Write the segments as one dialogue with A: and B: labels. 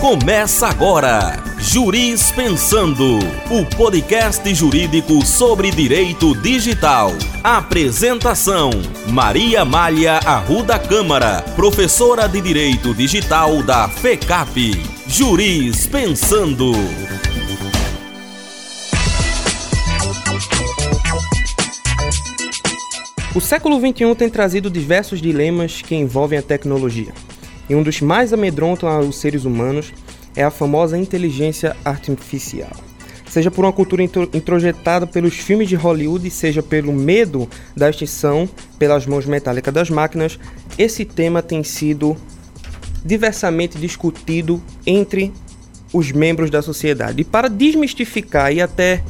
A: Começa agora, Juris Pensando, o podcast jurídico sobre direito digital. Apresentação, Maria Amália Arruda Câmara, professora de Direito Digital da FECAP. Juris Pensando.
B: O século XXI tem trazido diversos dilemas que envolvem a tecnologia. E um dos mais amedrontam aos seres humanos é a famosa inteligência artificial. Seja por uma cultura introjetada pelos filmes de Hollywood, seja pelo medo da extinção pelas mãos metálicas das máquinas, esse tema tem sido diversamente discutido entre os membros da sociedade. E para desmistificar e até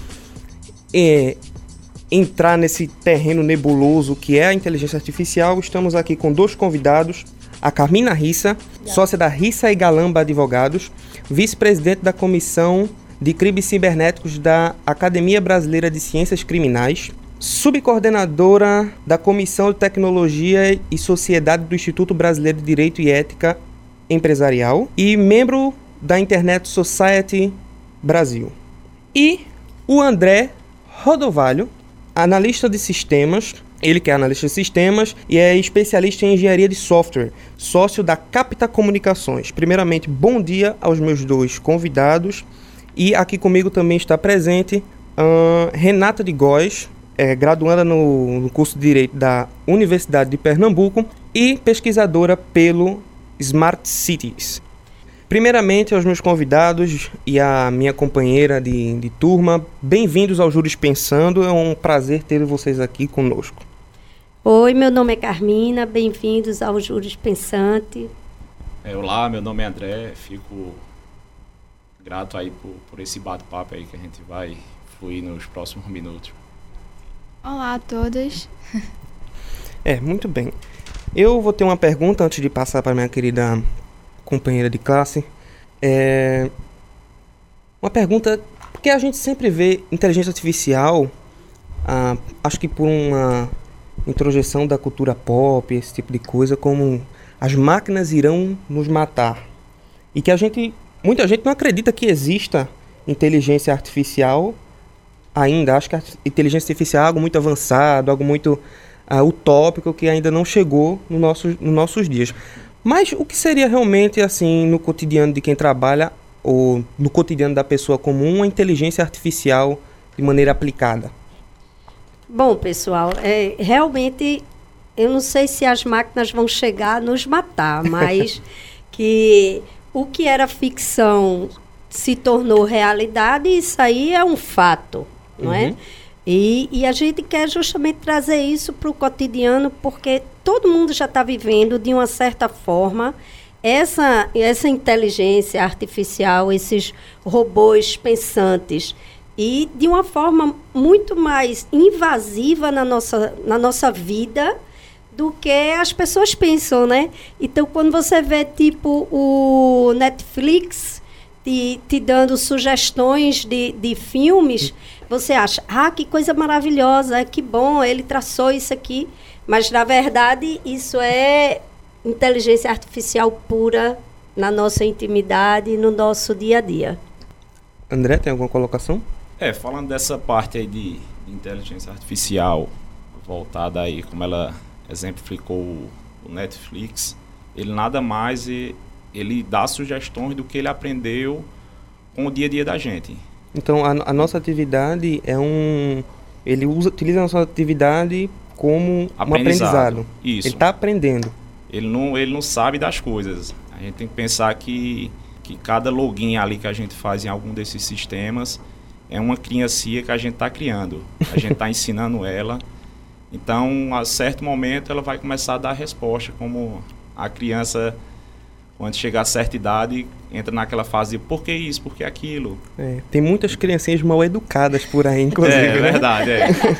B: entrar nesse terreno nebuloso que é a inteligência artificial, estamos aqui com dois convidados. A Carmina Rissa, sócia da Rissa e Galamba Advogados, vice-presidente da Comissão de Crimes Cibernéticos da Academia Brasileira de Ciências Criminais, subcoordenadora da Comissão de Tecnologia e Sociedade do Instituto Brasileiro de Direito e Ética Empresarial e membro da Internet Society Brasil. E o André Rodovalho, analista de sistemas. Ele que é analista de sistemas e é especialista em engenharia de software, sócio da Capta Comunicações. Primeiramente, bom dia aos meus dois convidados. E aqui comigo também está presente Renata de Góes, graduanda no curso de Direito da Universidade de Pernambuco e pesquisadora pelo Smart Cities. Primeiramente, aos meus convidados e à minha companheira de turma, bem-vindos ao Juris Pensando. É um prazer ter vocês aqui conosco.
C: Oi, meu nome é Carmina, bem-vindos ao Juris Pensante.
D: Olá, meu nome é André, fico grato aí por esse bate-papo aí que a gente vai fluir nos próximos minutos.
E: Olá a todas.
B: Muito bem. Eu vou ter uma pergunta antes de passar para minha querida companheira de classe. Uma pergunta, porque a gente sempre vê inteligência artificial, acho que por uma introjeção da cultura pop, esse tipo de coisa, como as máquinas irão nos matar. E que muita gente não acredita que exista inteligência artificial ainda. Acho que a inteligência artificial é algo muito avançado, algo muito utópico, que ainda não chegou nos nossos dias. Mas o que seria realmente, assim, no cotidiano de quem trabalha, ou no cotidiano da pessoa comum, a inteligência artificial de maneira aplicada?
C: Bom, pessoal, realmente eu não sei se as máquinas vão chegar a nos matar, mas que o que era ficção se tornou realidade, isso aí é um fato, não é? E a gente quer justamente trazer isso para o cotidiano, porque todo mundo já está vivendo, de uma certa forma, essa inteligência artificial, esses robôs pensantes, e de uma forma muito mais invasiva na nossa vida do que as pessoas pensam, né? Então, quando você vê, tipo, o Netflix te dando sugestões de filmes, você acha, que coisa maravilhosa, que bom, ele traçou isso aqui. Mas, na verdade, isso é inteligência artificial pura na nossa intimidade e no nosso dia a dia.
B: André, tem alguma colocação?
D: Falando dessa parte aí de inteligência artificial, voltada aí, como ela exemplificou o Netflix, ele nada mais, ele dá sugestões do que ele aprendeu com o dia a dia da gente.
B: Então, a nossa atividade ele utiliza a nossa atividade como um aprendizado.
D: Isso.
B: Ele está aprendendo.
D: Ele não sabe das coisas. A gente tem que pensar que cada login ali que a gente faz em algum desses sistemas é uma criancinha que a gente está criando. A gente está ensinando ela. Então, a certo momento, ela vai começar a dar resposta, como a criança, quando chegar a certa idade, entra naquela fase de por que isso, por que aquilo.
B: Tem muitas criancinhas mal educadas por aí, inclusive.
D: É verdade,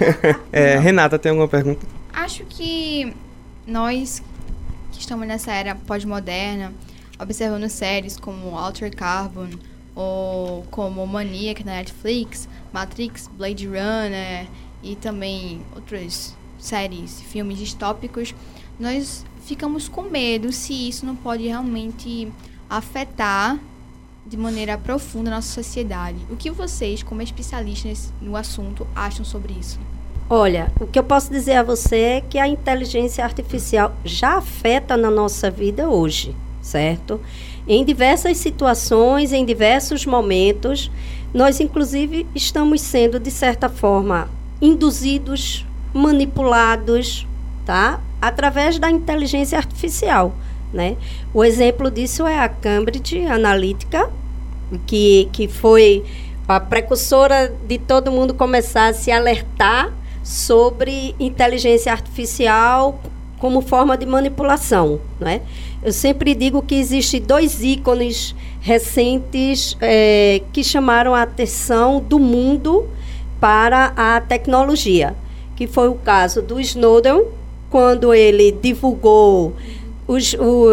B: Renata, tem alguma pergunta?
E: Acho que nós que estamos nessa era pós-moderna, observando séries como Altered Carbon, ou como Maniac na Netflix, Matrix, Blade Runner e também outras séries, filmes distópicos, nós ficamos com medo se isso não pode realmente afetar de maneira profunda na nossa sociedade. O que vocês, como especialistas no assunto, acham sobre isso?
C: Olha, o que eu posso dizer a você é que a inteligência artificial já afeta na nossa vida hoje, certo? Em diversas situações, em diversos momentos, nós, inclusive, estamos sendo, de certa forma, induzidos, manipulados, tá? Através da inteligência artificial, né? O exemplo disso é a Cambridge Analytica, que foi a precursora de todo mundo começar a se alertar sobre inteligência artificial como forma de manipulação, né? Eu sempre digo que existem 2 ícones recentes que chamaram a atenção do mundo para a tecnologia, que foi o caso do Snowden, quando ele divulgou os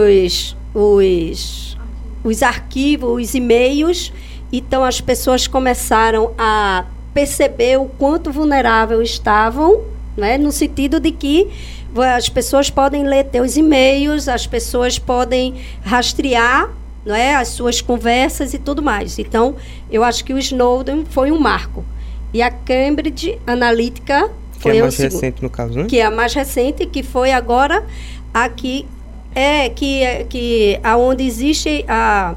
C: arquivos, os e-mails. Então as pessoas começaram a perceber o quanto vulnerável estavam, né, no sentido de que as pessoas podem ler teus e-mails, as pessoas podem rastrear, não é, as suas conversas e tudo mais. Então, eu acho que o Snowden foi um marco. E a Cambridge Analytica foi
B: que é a mais recente, no caso, né?
C: Que é a mais recente, que foi agora aqui, aonde existe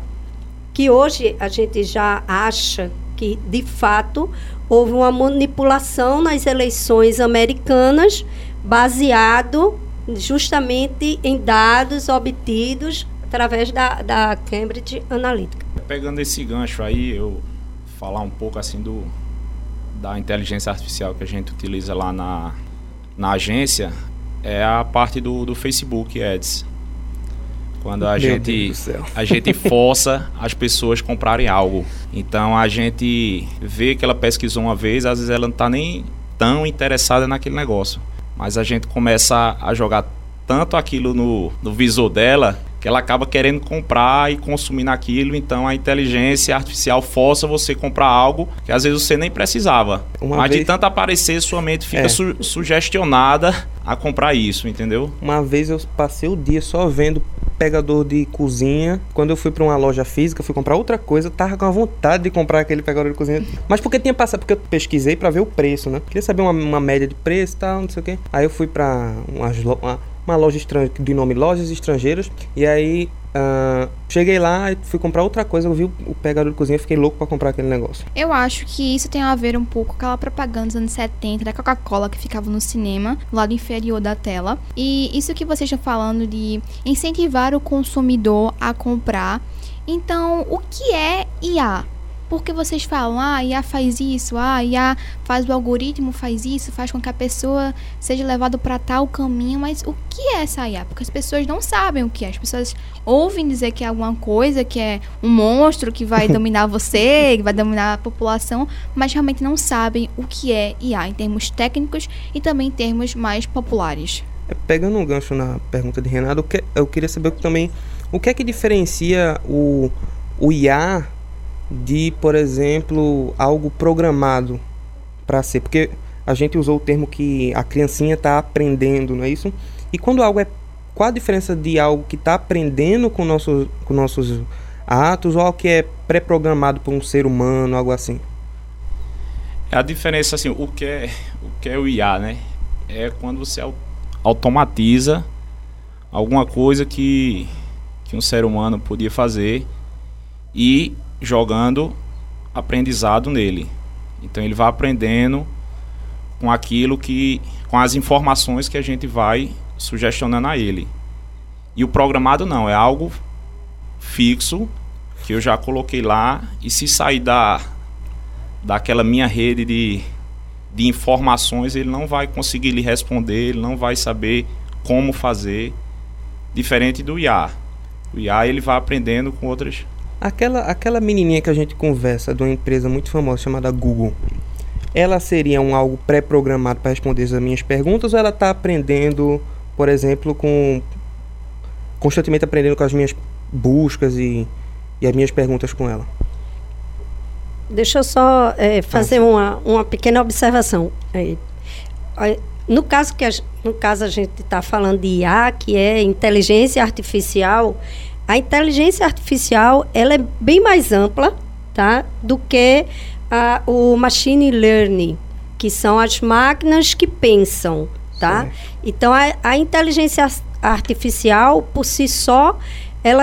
C: que hoje a gente já acha que, de fato, houve uma manipulação nas eleições americanas baseado justamente em dados obtidos através da Cambridge Analytica.
D: Pegando esse gancho aí, eu falar um pouco assim da inteligência artificial que a gente utiliza lá na agência, é a parte do Facebook Ads. Quando a gente força as pessoas comprarem algo. Então a gente vê que ela pesquisou uma vez, às vezes ela não está nem tão interessada naquele negócio. Mas a gente começa a jogar tanto aquilo no visor dela, que ela acaba querendo comprar e consumir naquilo. Então a inteligência artificial força você comprar algo que às vezes você nem precisava. Mas de tanto aparecer, sua mente fica sugestionada a comprar isso, entendeu?
B: Uma vez eu passei o dia só vendo pegador de cozinha. Quando eu fui para uma loja física, fui comprar outra coisa, eu tava com a vontade de comprar aquele pegador de cozinha. Mas porque tinha passado, porque eu pesquisei para ver o preço, né? Queria saber uma média de preço e tal, não sei o quê. Aí eu fui para uma loja de nome Lojas Estrangeiras, e aí cheguei lá e fui comprar outra coisa, eu vi o pegador de cozinha e fiquei louco pra comprar aquele negócio.
E: Eu acho que isso tem a ver um pouco com aquela propaganda dos anos 70 da Coca-Cola que ficava no cinema, do lado inferior da tela. E isso que vocês estão falando de incentivar o consumidor a comprar. Então, o que é IA? Porque vocês falam, IA faz isso, IA faz o algoritmo, faz isso, faz com que a pessoa seja levada para tal caminho, mas o que é essa IA? Porque as pessoas não sabem o que é. As pessoas ouvem dizer que é alguma coisa, que é um monstro que vai dominar você, que vai dominar a população, mas realmente não sabem o que é IA, em termos técnicos e também em termos mais populares.
B: Pegando um gancho na pergunta de Renato, eu queria saber também o que é que diferencia o IA de, por exemplo, algo programado para ser, porque a gente usou o termo que a criancinha está aprendendo, não é isso? E quando algo qual a diferença de algo que está aprendendo com nossos atos ou algo que é pré-programado por um ser humano, algo assim?
D: A diferença, assim, o que é o IA, né? É quando você automatiza alguma coisa que um ser humano podia fazer e jogando aprendizado nele. Então ele vai aprendendo com com as informações que a gente vai sugestionando a ele. E o programado não, é algo fixo que eu já coloquei lá, e se sair daquela minha rede de informações, ele não vai conseguir lhe responder, ele não vai saber como fazer, diferente do IA. O IA ele vai aprendendo com outras.
B: Aquela menininha que a gente conversa de uma empresa muito famosa chamada Google, ela seria algo pré-programado para responder as minhas perguntas, ou ela está aprendendo, por exemplo, constantemente aprendendo com as minhas buscas e as minas perguntas com ela?
C: Deixa eu só fazer uma pequena observação. No caso a gente está falando de IA, que é inteligência artificial, a inteligência artificial ela é bem mais ampla, tá, do que o machine learning, que são as máquinas que pensam, tá? Sim. Então, a inteligência artificial, por si só, ela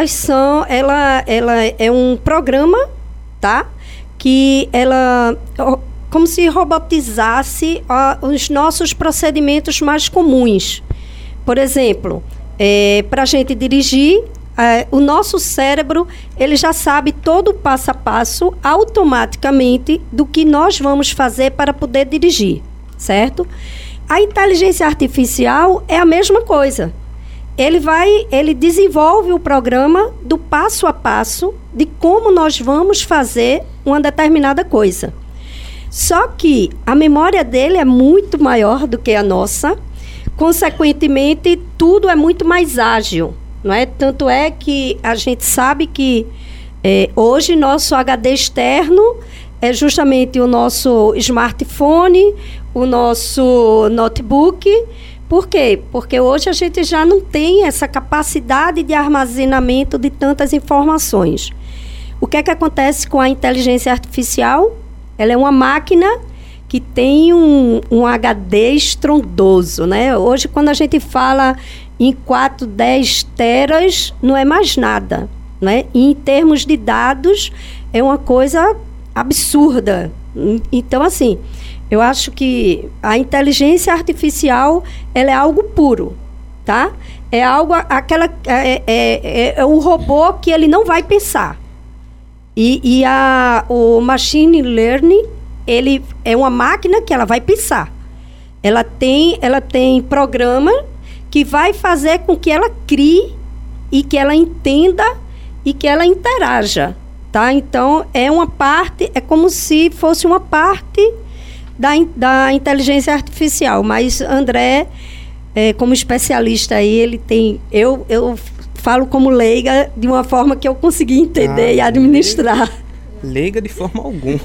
C: é um programa, tá? Que ela, como se robotizasse os nossos procedimentos mais comuns. Por exemplo, para a gente dirigir, o nosso cérebro ele já sabe todo o passo a passo automaticamente do que nós vamos fazer para poder dirigir, certo? A inteligência artificial é a mesma coisa. Ele desenvolve o programa do passo a passo de como nós vamos fazer uma determinada coisa. Só que a memória dele é muito maior do que a nossa, consequentemente, tudo é muito mais ágil. Não é? Tanto é que a gente sabe que hoje nosso HD externo é justamente o nosso smartphone, o nosso notebook. Por quê? Porque hoje a gente já não tem essa capacidade de armazenamento de tantas informações. O que é que acontece com a inteligência artificial? Ela é uma máquina que tem um HD estrondoso, né? Hoje, quando a gente fala em 4, 10 teras, não é mais nada, né? E em termos de dados, é uma coisa absurda. Então, assim, eu acho que a inteligência artificial, ela é algo puro, tá? É algo, é um robô que ele não vai pensar. O machine learning, ele é uma máquina que ela vai pensar. Ela tem programa que vai fazer com que ela crie e que ela entenda e que ela interaja, tá? Então, é como se fosse uma parte da inteligência artificial, mas André, como especialista aí, ele tem... Eu falo como leiga de uma forma que eu consegui entender e administrar.
B: Leiga de forma alguma.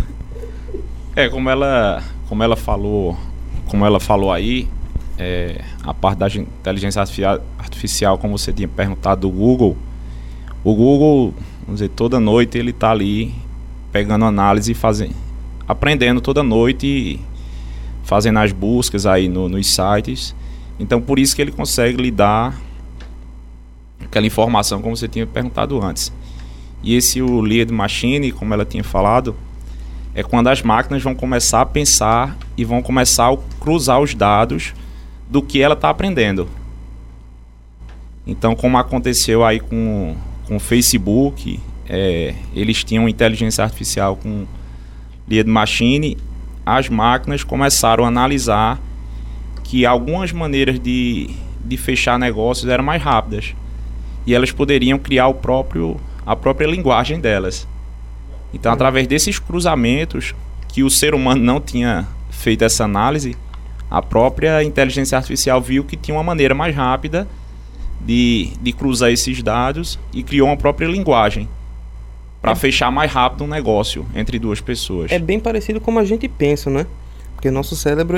D: Como ela falou aí, a parte da inteligência artificial, como você tinha perguntado do Google, o Google, vamos dizer, toda noite ele está ali pegando análise e aprendendo toda noite e fazendo as buscas aí nos sites. Então, por isso que ele consegue lhe dar aquela informação como você tinha perguntado antes. E o lead machine, como ela tinha falado, é quando as máquinas vão começar a pensar e vão começar a cruzar os dados do que ela está aprendendo. Então, como aconteceu aí com o Facebook, eles tinham inteligência artificial com lead machine, as máquinas começaram a analisar que algumas maneiras de fechar negócios eram mais rápidas. E elas poderiam criar a própria linguagem delas. Então, através desses cruzamentos, que o ser humano não tinha feito essa análise, a própria inteligência artificial viu que tinha uma maneira mais rápida de cruzar esses dados e criou uma própria linguagem para fechar mais rápido um negócio entre duas pessoas. É bem parecido como a gente pensa, né? Porque o nosso cérebro,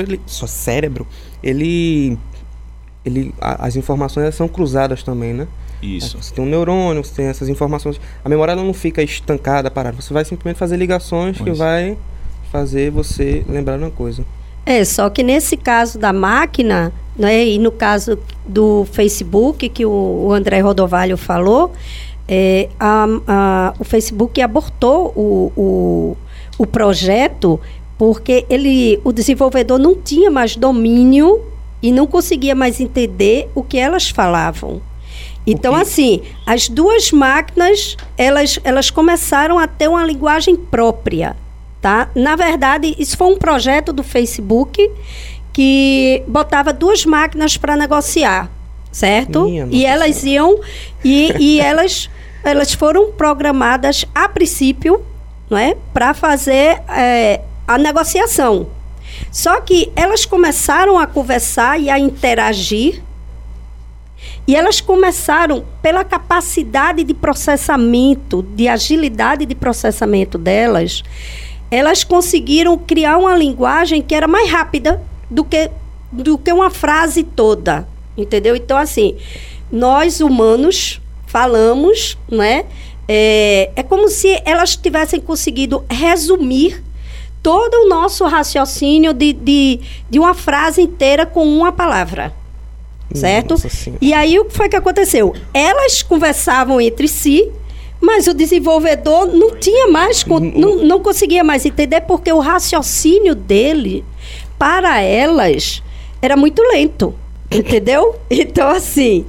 B: as informações são cruzadas também, né?
D: Isso.
B: Você tem um neurônio, você tem essas informações. A memória ela não fica estancada, parada. Você vai simplesmente fazer ligações que vai fazer você lembrar de uma coisa.
C: Só que nesse caso da máquina, né, e no caso do Facebook, que o André Rodovalho falou, o Facebook abortou o projeto porque o desenvolvedor não tinha mais domínio e não conseguia mais entender o que elas falavam. Então, assim, as duas máquinas, elas começaram a ter uma linguagem própria, tá? Na verdade, isso foi um projeto do Facebook que botava duas máquinas para negociar, certo? E elas iam... E elas foram programadas, a princípio, não é, para fazer a negociação. Só que elas começaram a conversar e a interagir. E elas começaram, pela capacidade de processamento, de agilidade de processamento delas, elas conseguiram criar uma linguagem que era mais rápida do que uma frase toda, entendeu? Então, assim, nós humanos, falamos, né? É como se elas tivessem conseguido resumir todo o nosso raciocínio de uma frase inteira com uma palavra, certo? E aí, o que foi que aconteceu? Elas conversavam entre si, mas o desenvolvedor não tinha mais, não conseguia mais entender, porque o raciocínio dele, para elas, era muito lento, entendeu? Então, assim,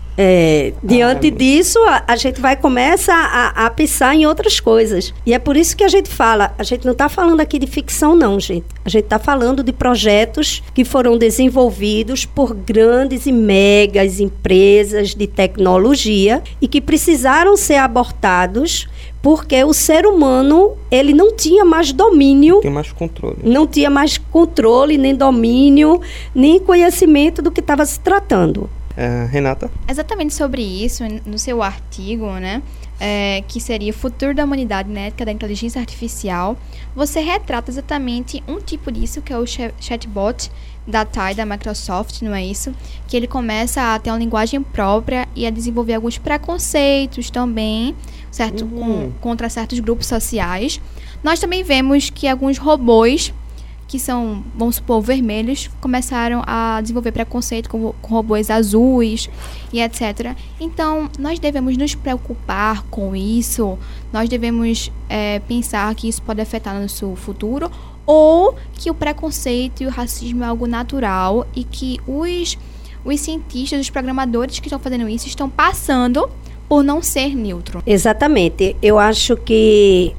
C: diante disso, a gente vai começar a pensar em outras coisas. E é por isso que a gente fala, a gente não está falando aqui de ficção, não, gente. A gente está falando de projetos que foram desenvolvidos por grandes e megas empresas de tecnologia e que precisaram ser abortados porque o ser humano, ele não tinha mais domínio. Não tinha mais controle, nem domínio, nem conhecimento do que estava se tratando.
B: Renata?
E: Exatamente sobre isso, no seu artigo, né, que seria o futuro da humanidade na ética da inteligência artificial, você retrata exatamente um tipo disso, que é o chatbot da TAI, da Microsoft, não é isso? Que ele começa a ter uma linguagem própria e a desenvolver alguns preconceitos também, certo? Contra certos grupos sociais. Nós também vemos que alguns robôs que são, vamos supor, vermelhos, começaram a desenvolver preconceito com robôs azuis e etc. Então, nós devemos nos preocupar com isso, nós devemos pensar que isso pode afetar nosso futuro, ou que o preconceito e o racismo é algo natural e que os cientistas, os programadores que estão fazendo isso estão passando por não ser neutro.
C: Exatamente. Eu acho que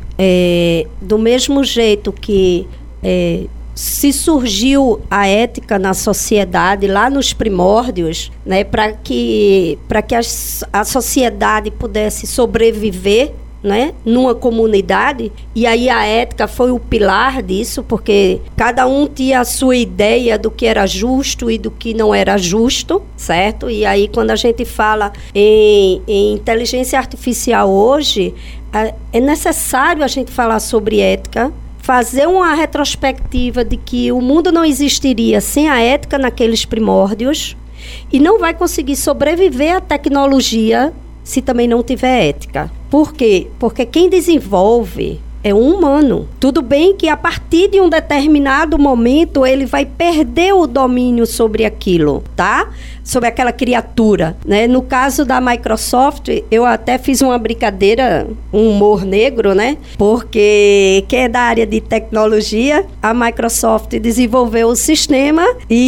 C: do mesmo jeito que se surgiu a ética na sociedade lá nos primórdios, né, para que a sociedade pudesse sobreviver, né, numa comunidade, e aí a ética foi o pilar disso, porque cada um tinha a sua ideia do que era justo e do que não era justo, certo? E aí, quando a gente fala em inteligência artificial hoje, é necessário a gente falar sobre ética, fazer uma retrospectiva de que o mundo não existiria sem a ética naqueles primórdios e não vai conseguir sobreviver à tecnologia se também não tiver ética. Por quê? Porque quem desenvolve é um humano. Tudo bem que a partir de um determinado momento ele vai perder o domínio sobre aquilo, tá? Sobre aquela criatura, né? No caso da Microsoft, eu até fiz uma brincadeira, um humor negro, né? Porque quem é da área de tecnologia, a Microsoft desenvolveu o sistema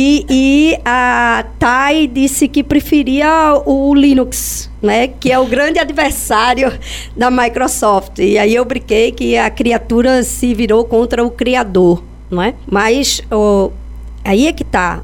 C: e a TAI disse que preferia o Linux, né, que é o grande adversário da Microsoft. E aí eu brinquei que a criatura se virou contra o criador, não é? Mas aí é que tá.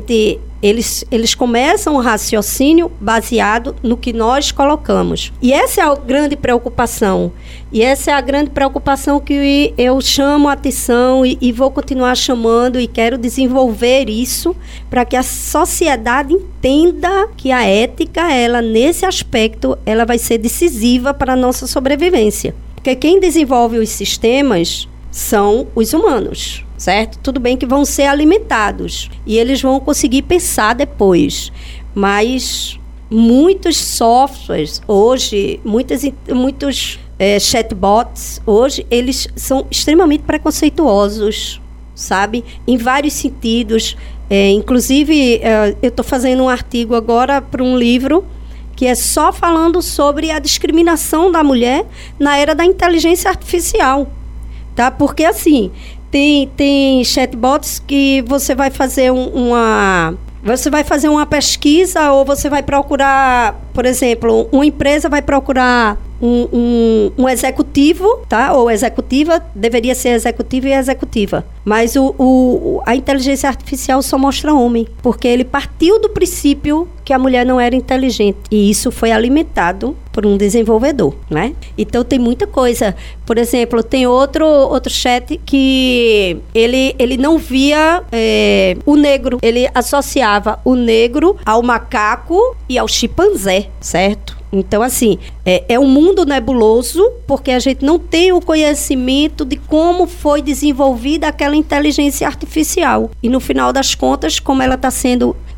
C: Eles começam o raciocínio baseado no que nós colocamos. E essa é a grande preocupação. E essa é a grande preocupação que eu chamo a atenção e vou continuar chamando e quero desenvolver isso para que a sociedade entenda que a ética, ela nesse aspecto, ela vai ser decisiva para a nossa sobrevivência. Porque quem desenvolve os sistemas são os humanos. Certo? Tudo bem que vão ser alimentados e eles vão conseguir pensar depois, mas muitos softwares hoje, muitos chatbots hoje, eles são extremamente preconceituosos, sabe? Em vários sentidos. Inclusive, eu estou fazendo um artigo agora para um livro que é só falando sobre a discriminação da mulher na era da inteligência artificial, tá? Porque assim, tem chatbots que você vai fazer uma pesquisa, ou você vai procurar, por exemplo, uma empresa vai procurar um executivo, tá? Ou executiva, deveria ser executivo e executiva. Mas a inteligência artificial só mostra homem, porque ele partiu do princípio que a mulher não era inteligente. E isso foi alimentado por um desenvolvedor, né? Então tem muita coisa. Por exemplo, tem outro chat que ele não via o negro. Ele associava o negro ao macaco e ao chimpanzé, certo? Então, assim, é um mundo nebuloso, porque a gente não tem o conhecimento de como foi desenvolvida aquela inteligência artificial. E, no final das contas, como ela está sendo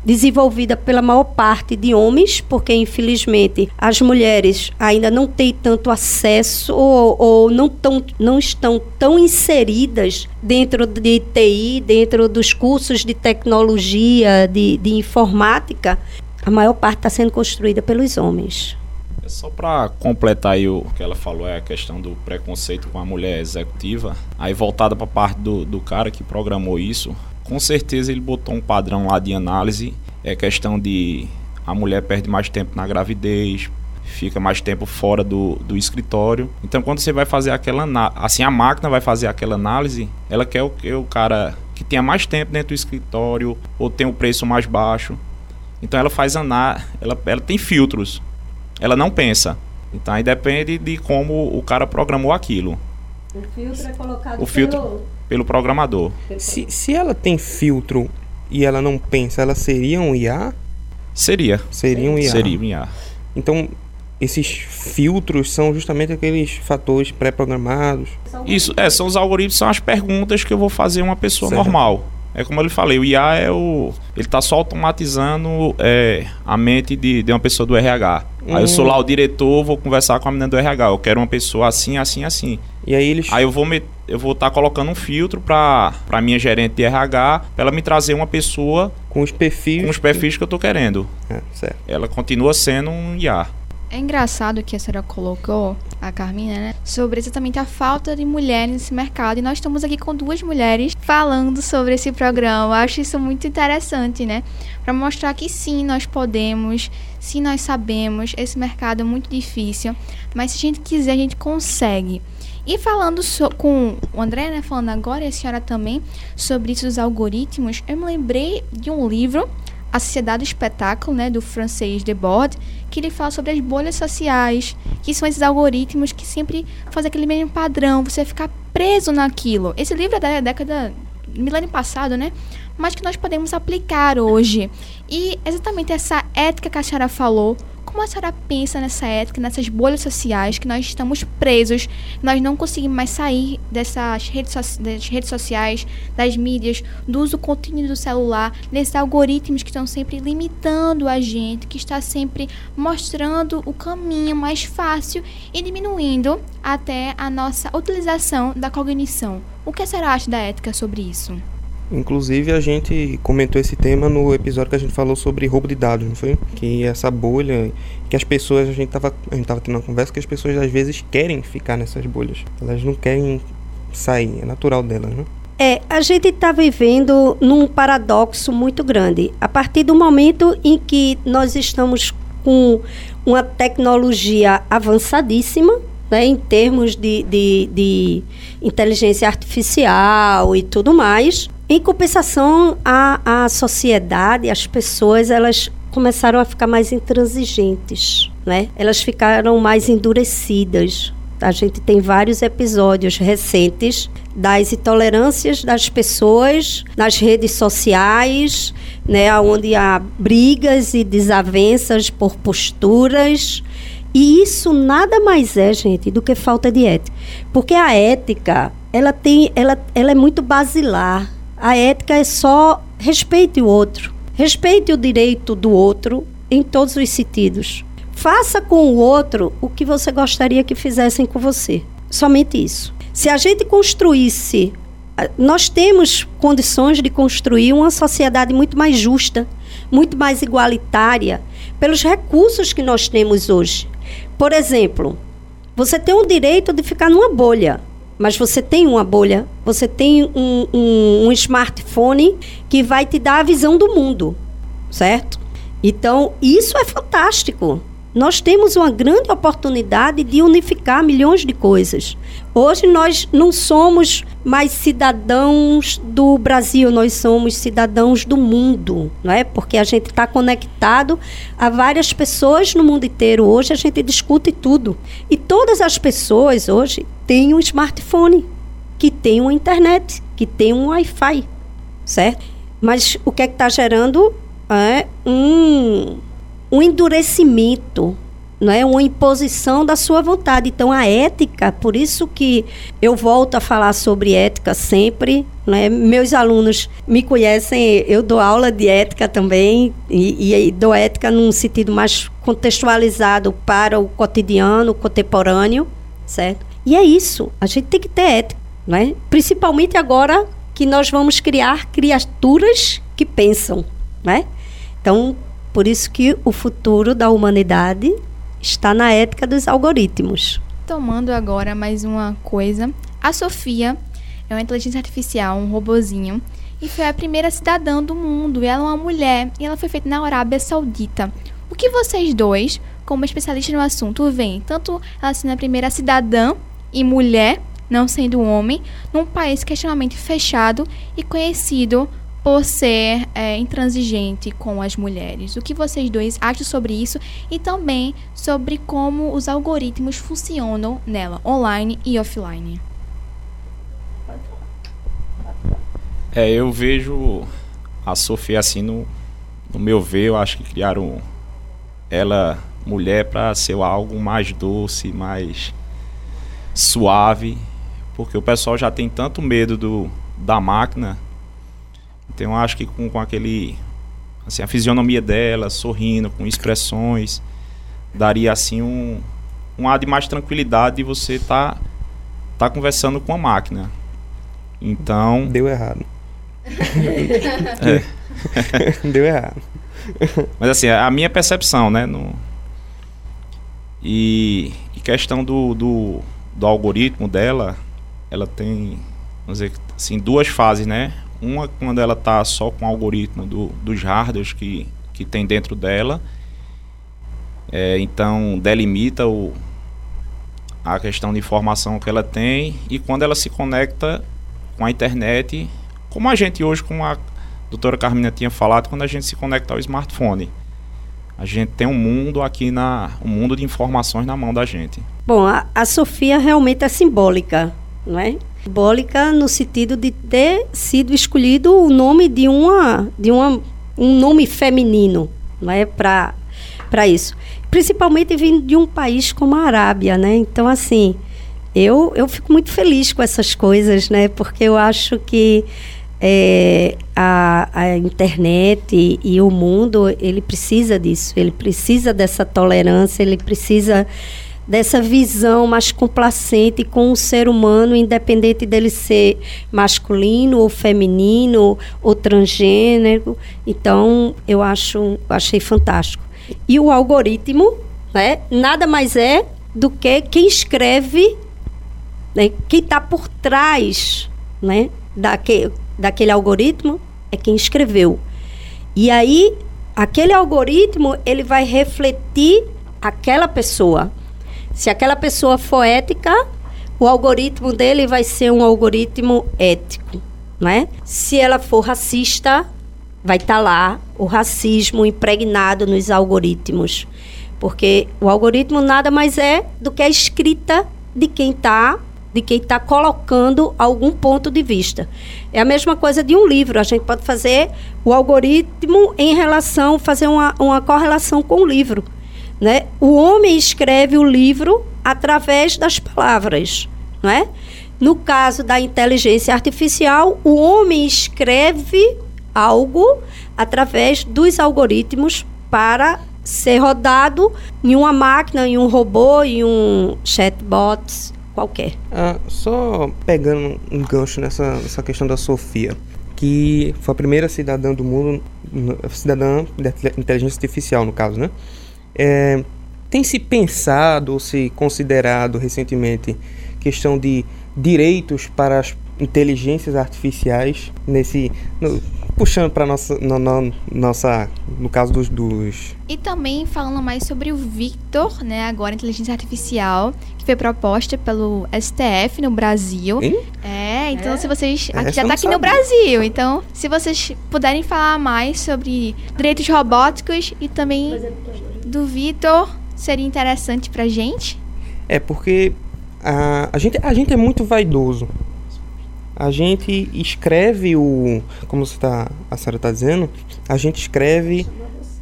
C: desenvolvida pela maior parte de homens, porque infelizmente as mulheres ainda não têm tanto acesso ou não estão tão inseridas dentro de TI, dentro dos cursos de tecnologia, de informática. A maior parte está sendo construída pelos homens.
D: Só para completar aí o que ela falou, é a questão do preconceito com a mulher executiva, aí voltada para a parte do cara que programou isso, com certeza ele botou um padrão lá de análise, é questão de a mulher perde mais tempo na gravidez, fica mais tempo fora do escritório. Então quando você vai fazer aquela assim, a máquina vai fazer aquela análise, ela quer o cara que tenha mais tempo dentro do escritório ou tem o preço mais baixo. Então ela faz ela tem filtros. Ela não pensa. Então aí depende de como o cara programou aquilo.
C: O filtro é colocado
D: pelo programador.
B: Se ela tem filtro e ela não pensa, ela seria um IA?
D: Seria um IA. Então,
B: esses filtros são justamente aqueles fatores pré-programados?
D: Isso, são os algoritmos, são as perguntas que eu vou fazer a uma pessoa normal. É como eu lhe falei, o IA ele está só automatizando a mente de uma pessoa do RH. Aí eu sou lá o diretor, vou conversar com a menina do RH. Eu quero uma pessoa assim, assim, assim.
B: E aí
D: eu vou estar colocando um filtro para minha gerente de RH, para ela me trazer uma pessoa
B: com os perfis
D: que eu estou querendo.
B: Certo.
D: Ela continua sendo um IA.
E: É engraçado que a senhora colocou, a Carmina, né, sobre exatamente a falta de mulheres nesse mercado. E nós estamos aqui com 2 mulheres falando sobre esse programa. Eu acho isso muito interessante, né? Para mostrar que sim, nós podemos, sim, nós sabemos. Esse mercado é muito difícil, mas se a gente quiser, a gente consegue. E falando com o André, né, falando agora, e a senhora também, sobre isso dos algoritmos, eu me lembrei de um livro, A Sociedade do Espetáculo, né, do francês Debord, que ele fala sobre as bolhas sociais, que são esses algoritmos que sempre fazem aquele mesmo padrão, você ficar preso naquilo. Esse livro é da década, milênio passado, né? Mas que nós podemos aplicar hoje. E exatamente essa ética que a senhora falou, como a senhora pensa nessa ética, nessas bolhas sociais, que nós estamos presos, nós não conseguimos mais sair das redes sociais, das mídias, do uso contínuo do celular, desses algoritmos que estão sempre limitando a gente, que está sempre mostrando o caminho mais fácil e diminuindo até a nossa utilização da cognição. O que a senhora acha da ética sobre isso?
B: Inclusive, a gente comentou esse tema no episódio que a gente falou sobre roubo de dados, não foi? Que essa bolha, que as pessoas, a gente tava tendo uma conversa que as pessoas às vezes querem ficar nessas bolhas. Elas não querem sair, é natural delas, né?
C: A gente está vivendo num paradoxo muito grande. A partir do momento em que nós estamos com uma tecnologia avançadíssima, né, em termos de inteligência artificial e tudo mais, em compensação, a sociedade, as pessoas, elas começaram a ficar mais intransigentes, né? Elas ficaram mais endurecidas. A gente tem vários episódios recentes das intolerâncias das pessoas nas redes sociais, né, onde há brigas e desavenças por posturas. E isso nada mais é, gente, do que falta de ética. Porque a ética, ela é muito basilar. A ética é só respeite o outro. Respeite o direito do outro em todos os sentidos. Faça com o outro o que você gostaria que fizessem com você. Somente isso. Se a gente construísse... Nós temos condições de construir uma sociedade muito mais justa, muito mais igualitária, pelos recursos que nós temos hoje. Por exemplo, você tem o direito de ficar numa bolha, mas você tem uma bolha, você tem um smartphone que vai te dar a visão do mundo, certo? Então, isso é fantástico. Nós temos uma grande oportunidade de unificar milhões de coisas. Hoje nós não somos mais cidadãos do Brasil, nós somos cidadãos do mundo, não é? Porque a gente está conectado a várias pessoas no mundo inteiro. Hoje a gente discute tudo. E todas as pessoas hoje têm um smartphone, que tem uma internet, que tem um Wi-Fi, certo? Mas o que é que está gerando é um endurecimento, não é? Uma imposição da sua vontade. Então, a ética, por isso que eu volto a falar sobre ética sempre, né? Meus alunos me conhecem, eu dou aula de ética também, e dou ética num sentido mais contextualizado para o cotidiano, contemporâneo, certo? E é isso, a gente tem que ter ética, né? Principalmente agora que nós vamos criar criaturas que pensam, né? Então, por isso que o futuro da humanidade está na ética dos algoritmos.
E: Tomando agora mais uma coisa, a Sofia é uma inteligência artificial, um robozinho, e foi a primeira cidadã do mundo. Ela é uma mulher e ela foi feita na Arábia Saudita. O que vocês dois, como especialistas no assunto, veem? Tanto ela sendo a primeira cidadã e mulher, não sendo homem, num país que é extremamente fechado e conhecido por ser intransigente com as mulheres. O que vocês dois acham sobre isso e também sobre como os algoritmos funcionam nela, online e offline?
D: Eu vejo a Sofia assim, no meu ver, eu acho que criaram ela, mulher, para ser algo mais doce, mais suave, porque o pessoal já tem tanto medo da máquina. Então eu acho que com aquele, assim, a fisionomia dela, sorrindo, com expressões, daria assim um ar de mais tranquilidade de você tá conversando com a máquina. Então...
B: Deu errado. Deu errado.
D: Mas assim, a minha percepção, né? E questão do algoritmo dela, ela tem, vamos dizer assim, duas fases, né? Uma quando ela está só com o algoritmo dos hardwares que tem dentro dela, então delimita a questão de informação que ela tem, e quando ela se conecta com a internet, como a gente hoje, como a doutora Carmina tinha falado, quando a gente se conecta ao smartphone, a gente tem um mundo aqui, um mundo de informações na mão da gente.
C: Bom, a Sofia realmente é simbólica, não é? Simbólica no sentido de ter sido escolhido o nome de um nome feminino, não é? Para isso. Principalmente vindo de um país como a Arábia, né? Então, assim, eu fico muito feliz com essas coisas, né? Porque eu acho que a internet e o mundo, ele precisa disso, ele precisa dessa tolerância, ele precisa dessa visão mais complacente com o ser humano, independente dele ser masculino ou feminino ou transgênero. Então, eu achei fantástico. E o algoritmo, né, nada mais é do que quem escreve, né, quem está por trás, né, daquele algoritmo é quem escreveu. E aí, aquele algoritmo, ele vai refletir aquela pessoa. Se aquela pessoa for ética, o algoritmo dele vai ser um algoritmo ético, né? Se ela for racista, vai estar lá o racismo impregnado nos algoritmos. Porque o algoritmo nada mais é do que a escrita de quem está colocando algum ponto de vista. É a mesma coisa de um livro. A gente pode fazer o algoritmo fazer uma correlação com o livro, né? O homem escreve o livro através das palavras, não é? No caso da inteligência artificial, o homem escreve algo através dos algoritmos para ser rodado em uma máquina, em um robô, em um chatbot qualquer.
B: Só pegando um gancho nessa questão da Sofia, que foi a primeira cidadã do mundo, cidadã de inteligência artificial, no caso, né? Tem se pensado ou se considerado recentemente questão de direitos para as inteligências artificiais puxando para no caso dos...
E: E também falando mais sobre o Victor, né, agora inteligência artificial, que foi proposta pelo STF no Brasil.
B: Hein?
E: Então se vocês... Aqui já está aqui no Brasil, então se vocês puderem falar mais sobre direitos robóticos e também do Victor, seria interessante pra gente.
B: Porque a gente é muito vaidoso. A gente escreve como a senhora está dizendo, a gente escreve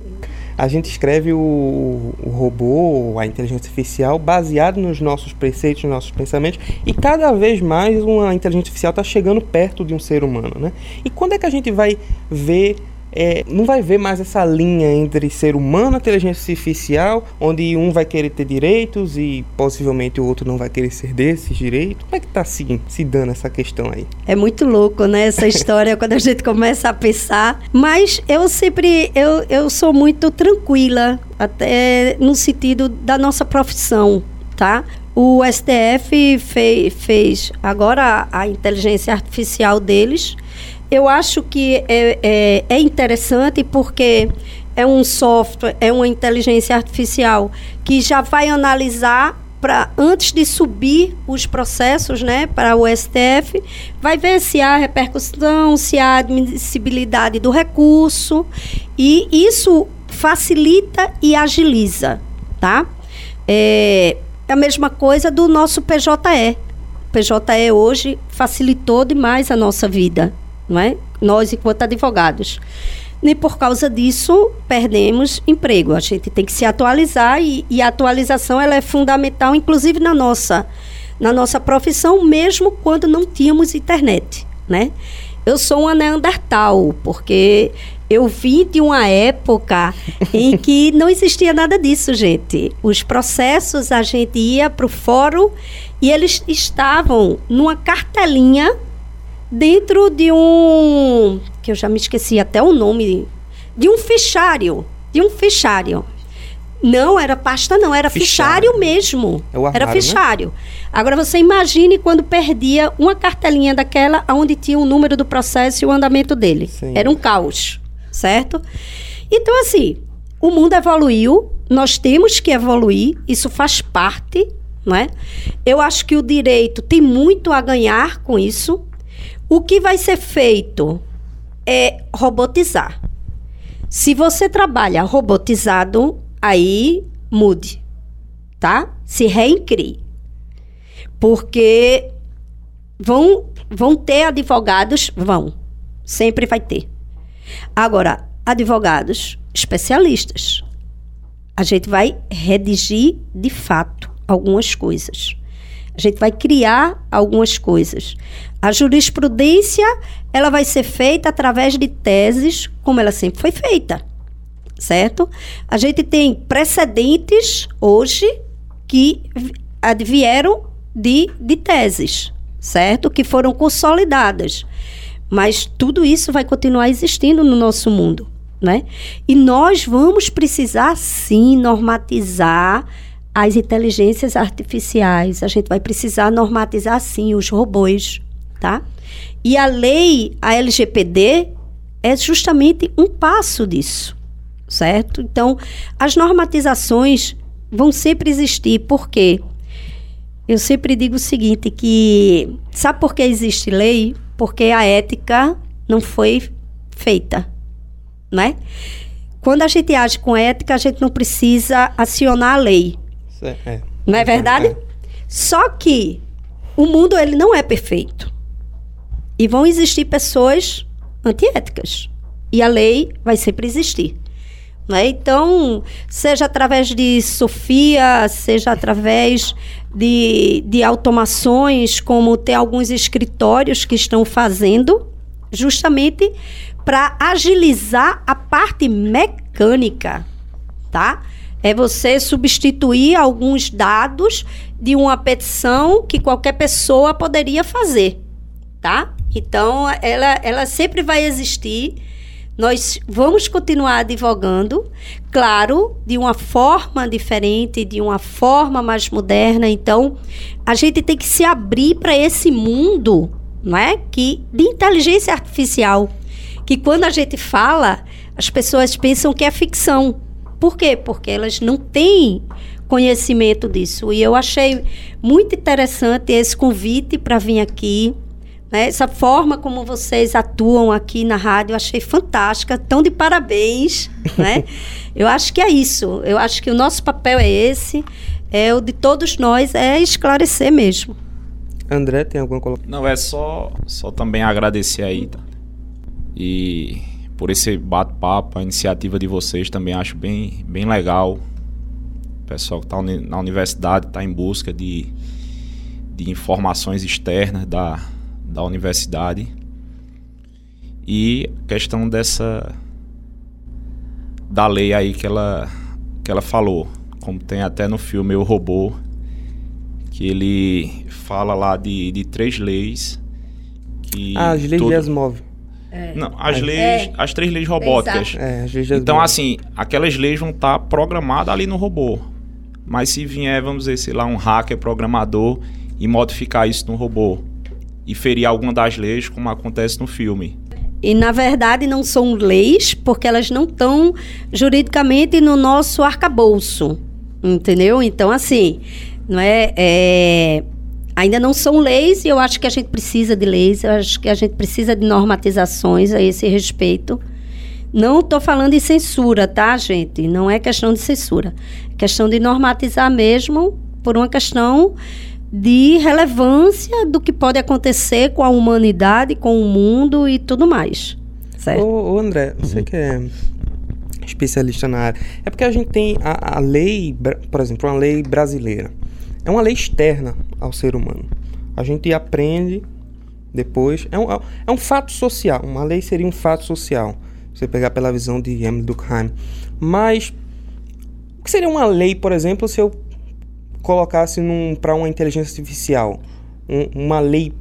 B: a gente escreve o robô, a inteligência artificial, baseado nos nossos preceitos, nos nossos pensamentos, e cada vez mais uma inteligência artificial está chegando perto de um ser humano, né? E quando é que a gente vai ver... não vai ver mais essa linha entre ser humano e inteligência artificial, onde um vai querer ter direitos e possivelmente o outro não vai querer ser desses direitos? Como é que está se dando essa questão aí?
C: É muito louco, né, essa história, quando a gente começa a pensar. Mas eu sou muito tranquila, até no sentido da nossa profissão, tá? O STF fez agora a inteligência artificial deles. Eu acho que é interessante porque é um software, é uma inteligência artificial que já vai analisar, antes de subir os processos, né, para o STF, vai ver se há repercussão, se há admissibilidade do recurso, e isso facilita e agiliza, tá? É a mesma coisa do nosso PJE. O PJE hoje facilitou demais a nossa vida, não é? Nós, enquanto advogados. E por causa disso, perdemos emprego. A gente tem que se atualizar e a atualização ela é fundamental, inclusive na nossa profissão, mesmo quando não tínhamos internet, né? Eu sou uma neandertal, porque eu vim de uma época em que não existia nada disso, gente. Os processos, a gente ia para o fórum e eles estavam numa cartelinha dentro de que eu já me esqueci até o nome, de um fichário. Não era pasta, não, era fichário mesmo.
B: É o armário,
C: era fichário. Né? Agora você imagine quando perdia uma cartelinha daquela onde tinha o número do processo e o andamento dele. Sim. Era um caos, certo? Então, assim, o mundo evoluiu, nós temos que evoluir, isso faz parte, não é? Eu acho que o direito tem muito a ganhar com isso. O que vai ser feito é robotizar. Se você trabalha robotizado, aí mude, tá? Se reincrie. Porque vão ter advogados, sempre vai ter. Agora, advogados especialistas. A gente vai redigir, de fato, algumas coisas. A gente vai criar algumas coisas. A jurisprudência, ela vai ser feita através de teses, como ela sempre foi feita, certo? A gente tem precedentes hoje que advieram de teses, certo? Que foram consolidadas. Mas tudo isso vai continuar existindo no nosso mundo, né? E nós vamos precisar, sim, normatizar as inteligências artificiais. A gente vai precisar normatizar, sim, os robôs, tá? E a lei, a LGPD, é justamente um passo disso, certo? Então, as normatizações vão sempre existir, porque eu sempre digo o seguinte, que sabe por que existe lei? Porque a ética não foi feita, né? Quando a gente age com ética, a gente não precisa acionar a lei. Não é verdade? Só que o mundo ele não é perfeito. E vão existir pessoas antiéticas. E a lei vai sempre existir. Né? Então, seja através de Sofia, seja através de automações, como tem alguns escritórios que estão fazendo, justamente para agilizar a parte mecânica, tá? É você substituir alguns dados de uma petição que qualquer pessoa poderia fazer, tá? Então, ela sempre vai existir. Nós vamos continuar advogando, claro, de uma forma diferente, de uma forma mais moderna. Então, a gente tem que se abrir para esse mundo, não é? De inteligência artificial, que quando a gente fala, as pessoas pensam que é ficção. Por quê? Porque elas não têm conhecimento disso. E eu achei muito interessante esse convite para vir aqui. Né? Essa forma como vocês atuam aqui na rádio, eu achei fantástica. Estão de parabéns. Né? Eu acho que é isso. Eu acho que o nosso papel é esse. O de todos nós é esclarecer mesmo.
B: André, tem alguma colocação?
D: Não, é só também agradecer aí, tá? E por esse bate-papo, a iniciativa de vocês também acho bem legal. O pessoal que está na universidade está em busca de informações externas da universidade. E a questão da lei aí que ela falou, como tem até no filme O Robô, que ele fala lá de 3 leis que...
B: as leis de Asimov.
D: Não, as 3 leis robóticas.
B: As leis de Asimov.
D: Então, assim, aquelas leis vão estar programadas ali no robô. Mas se vier, vamos dizer, sei lá, um hacker programador e modificar isso no robô e ferir alguma das leis, como acontece no filme.
C: E, na verdade, não são leis, porque elas não estão juridicamente no nosso arcabouço, entendeu? Então, assim, não ainda não são leis, e eu acho que a gente precisa de leis, eu acho que a gente precisa de normatizações a esse respeito. Não estou falando de censura, tá, gente? Não é questão de censura. É questão de normatizar mesmo, por uma questão de relevância do que pode acontecer com a humanidade, com o mundo e tudo mais. Certo?
B: Ô André, você que é especialista na área, é porque a gente tem a lei, por exemplo, uma lei brasileira. É uma lei externa ao ser humano. A gente aprende depois. É um fato social. Uma lei seria um fato social. Você pegar pela visão de Emile Durkheim. Mas o que seria uma lei, por exemplo, se eu colocasse para uma inteligência artificial? Uma lei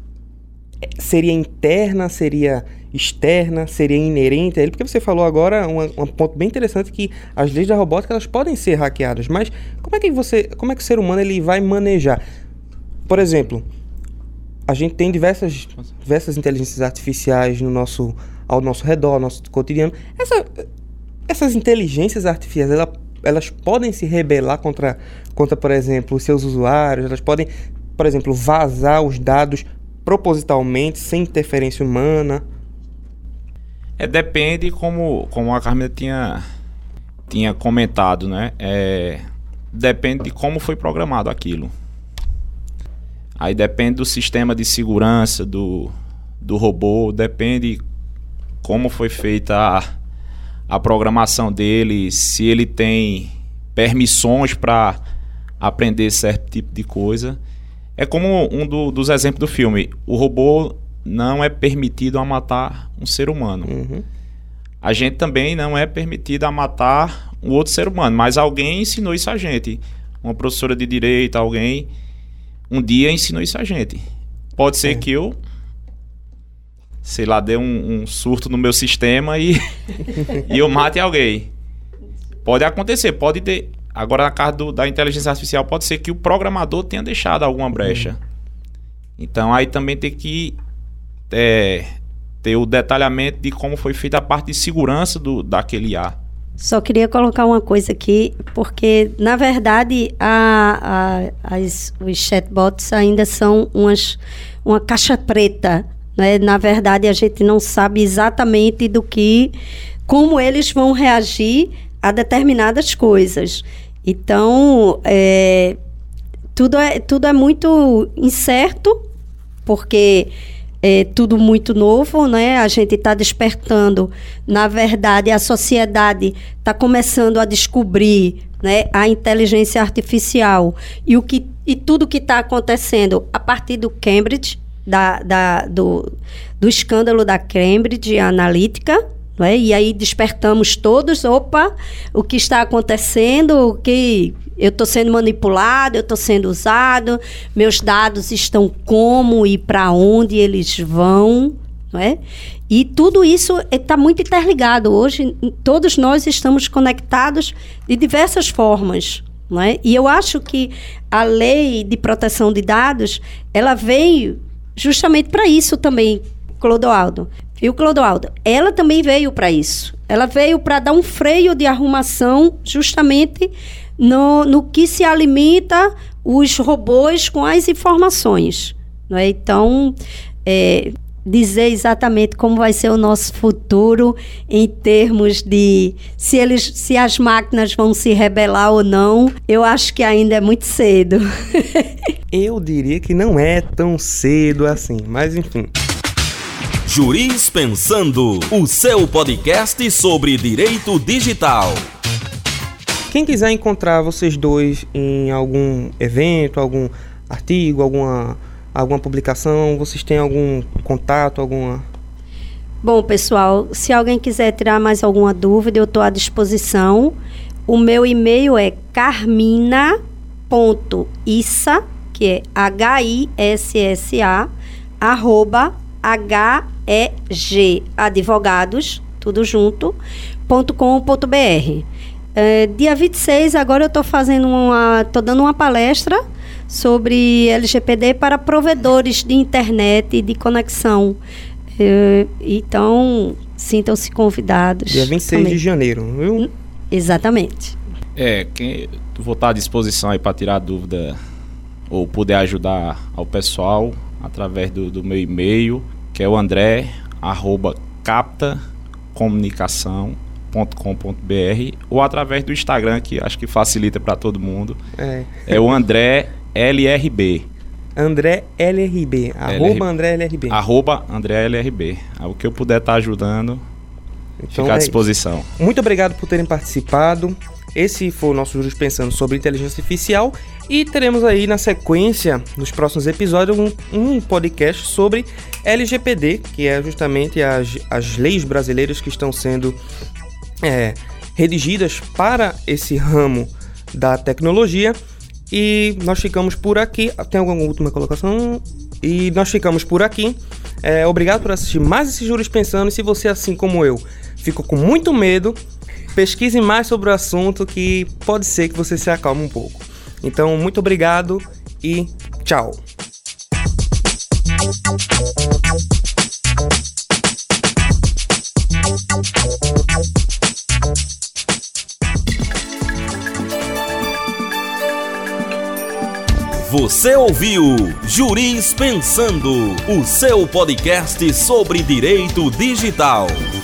B: seria interna, seria externa, seria inerente a ele? Porque você falou agora um ponto bem interessante, que as leis da robótica elas podem ser hackeadas, mas como é que o ser humano ele vai manejar? Por exemplo, a gente tem diversas inteligências artificiais ao nosso redor, no nosso cotidiano. Essas inteligências artificiais, elas podem se rebelar contra, por exemplo, os seus usuários. Elas podem, por exemplo, vazar os dados propositalmente, sem interferência humana.
D: Depende, como a Carmela tinha comentado, né? Depende de como foi programado aquilo. Aí depende do sistema de segurança do robô, depende como foi feita a programação dele, se ele tem permissões para aprender certo tipo de coisa. É como dos exemplos do filme. O robô não é permitido a matar um ser humano.
B: Uhum.
D: A gente também não é permitido a matar um outro ser humano, mas alguém ensinou isso a gente. Uma professora de direito, alguém um dia ensinou isso a gente. Pode ser que eu, sei lá, dê um surto no meu sistema e eu mate alguém. Pode acontecer, pode ter. Agora, na casa da inteligência artificial, pode ser que o programador tenha deixado alguma brecha. Então, aí também tem que ter o detalhamento de como foi feita a parte de segurança daquele IA.
C: Só queria colocar uma coisa aqui, porque, na verdade, os chatbots ainda são uma caixa preta, né? Na verdade, a gente não sabe exatamente como eles vão reagir a determinadas coisas. Então, tudo é muito incerto, porque é tudo muito novo, né? A gente está despertando, na verdade, a sociedade está começando a descobrir, né, a inteligência artificial e tudo que está acontecendo a partir do Cambridge, do escândalo da Cambridge Analytica, né? E aí despertamos todos, o que está acontecendo, o que eu estou sendo manipulado, eu estou sendo usado, meus dados estão como e para onde eles vão, não é? E tudo isso está muito interligado. Hoje, todos nós estamos conectados de diversas formas, não é? E eu acho que a lei de proteção de dados, ela veio justamente para isso também, Clodoaldo. Viu, Clodoaldo? Ela também veio para isso. Ela veio para dar um freio de arrumação justamente no que se alimenta os robôs com as informações. Não é? Então, dizer exatamente como vai ser o nosso futuro em termos de se as máquinas vão se rebelar ou não, eu acho que ainda é muito cedo.
B: Eu diria que não é tão cedo assim, mas enfim.
A: Juris Pensando, o seu podcast sobre direito digital.
B: Quem quiser encontrar vocês dois em algum evento, algum artigo, alguma publicação, vocês têm algum contato, alguma...
C: Bom, pessoal, se alguém quiser tirar mais alguma dúvida, eu estou à disposição. O meu e-mail é carmina.issa, que é HISSA, @HEG tudo junto, .com.br. Dia 26, agora eu estou dando uma palestra sobre LGPD para provedores de internet e de conexão. Então, sintam-se convidados.
B: Dia 26 também. De janeiro, viu?
C: Exatamente.
D: Vou estar à disposição aí para tirar dúvida ou poder ajudar ao pessoal através do meu e-mail, que é o andré@captacomunicação.com.br, ou através do Instagram, que acho que facilita para todo mundo. É o André LRB.
B: André LRB, André LRB.
D: André LRB. O que eu puder estar ajudando, então, fica à disposição.
B: Muito obrigado por terem participado. Esse foi o nosso Juris Pensando sobre inteligência artificial. E teremos aí na sequência, nos próximos episódios, um podcast sobre LGPD, que é justamente as leis brasileiras que estão sendo redigidas para esse ramo da tecnologia. E nós ficamos por aqui. Tem alguma última colocação? E nós ficamos por aqui. Obrigado por assistir mais esse Juris Pensando. E se você, assim como eu, ficou com muito medo, pesquise mais sobre o assunto, que pode ser que você se acalme um pouco. Então, muito obrigado e tchau.
A: Você ouviu Juris Pensando, o seu podcast sobre direito digital.